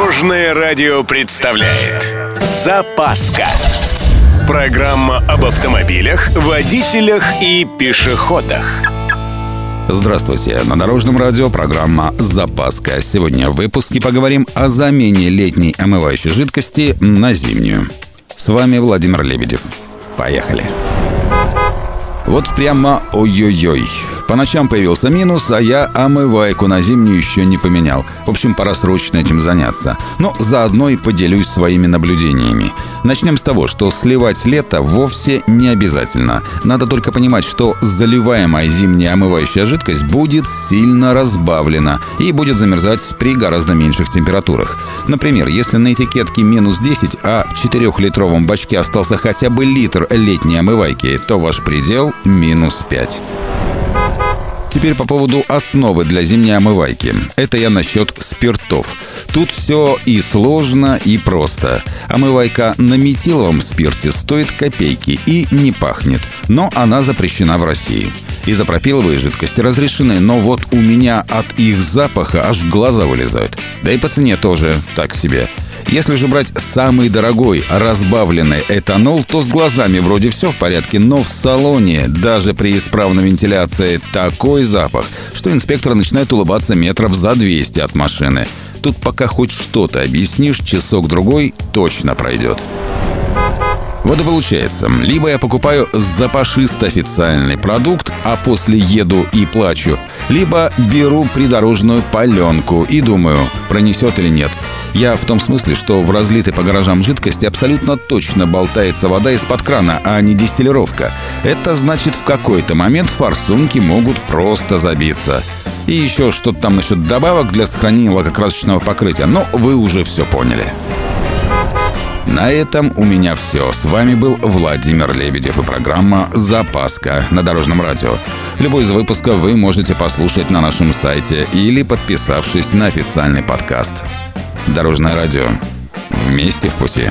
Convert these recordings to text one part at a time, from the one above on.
Дорожное радио представляет «Запаска». Программа об автомобилях, водителях и пешеходах. Здравствуйте! На Дорожном радио программа «Запаска». Сегодня в выпуске поговорим о замене летней омывающей жидкости на зимнюю. С вами Владимир Лебедев. Поехали! Вот прямо ой-ой-ой. По ночам появился минус, а я омывайку на зимнюю еще не поменял. В общем, пора срочно этим заняться. Но заодно и поделюсь своими наблюдениями. Начнем с того, что сливать лето вовсе не обязательно. Надо только понимать, что заливаемая зимняя омывающая жидкость будет сильно разбавлена и будет замерзать при гораздо меньших температурах. Например, если на этикетке минус 10, а в 4-литровом бачке остался хотя бы литр летней омывайки, то ваш предел минус 5. Теперь по поводу основы для зимней омывайки. Это я насчет спиртов. Тут все и сложно, и просто. Омывайка на метиловом спирте стоит копейки и не пахнет. Но она запрещена в России. Изопропиловые жидкости разрешены, но вот у меня от их запаха аж глаза вылезают. Да и по цене тоже так себе. Если же брать самый дорогой разбавленный этанол, то с глазами вроде все в порядке, но в салоне, даже при исправной вентиляции, такой запах, что инспектор начинает улыбаться метров за 200 от машины. Тут пока хоть что-то объяснишь, часок-другой точно пройдет. Вот и получается, либо я покупаю запашисто официальный продукт, а после еду и плачу, либо беру придорожную паленку и думаю, пронесет или нет. Я в том смысле, что в разлитой по гаражам жидкости абсолютно точно болтается вода из-под крана, а не дистиллировка. Это значит, в какой-то момент форсунки могут просто забиться. И еще что-то там насчет добавок для сохранения лакокрасочного покрытия, но вы уже все поняли. На этом у меня все. С вами был Владимир Лебедев и программа «Запаска» на Дорожном радио. Любой из выпусков вы можете послушать на нашем сайте или подписавшись на официальный подкаст. Дорожное радио. Вместе в пути.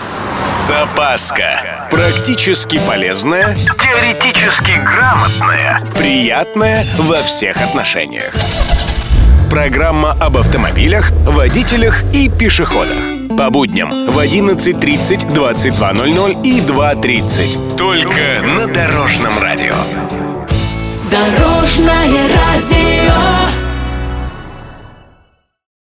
«Запаска». Практически полезная, теоретически грамотная, приятная во всех отношениях. Программа об автомобилях, водителях и пешеходах. По будням в 11:30, 22:00 и 2:30. Только на Дорожном радио. Дорожное радио.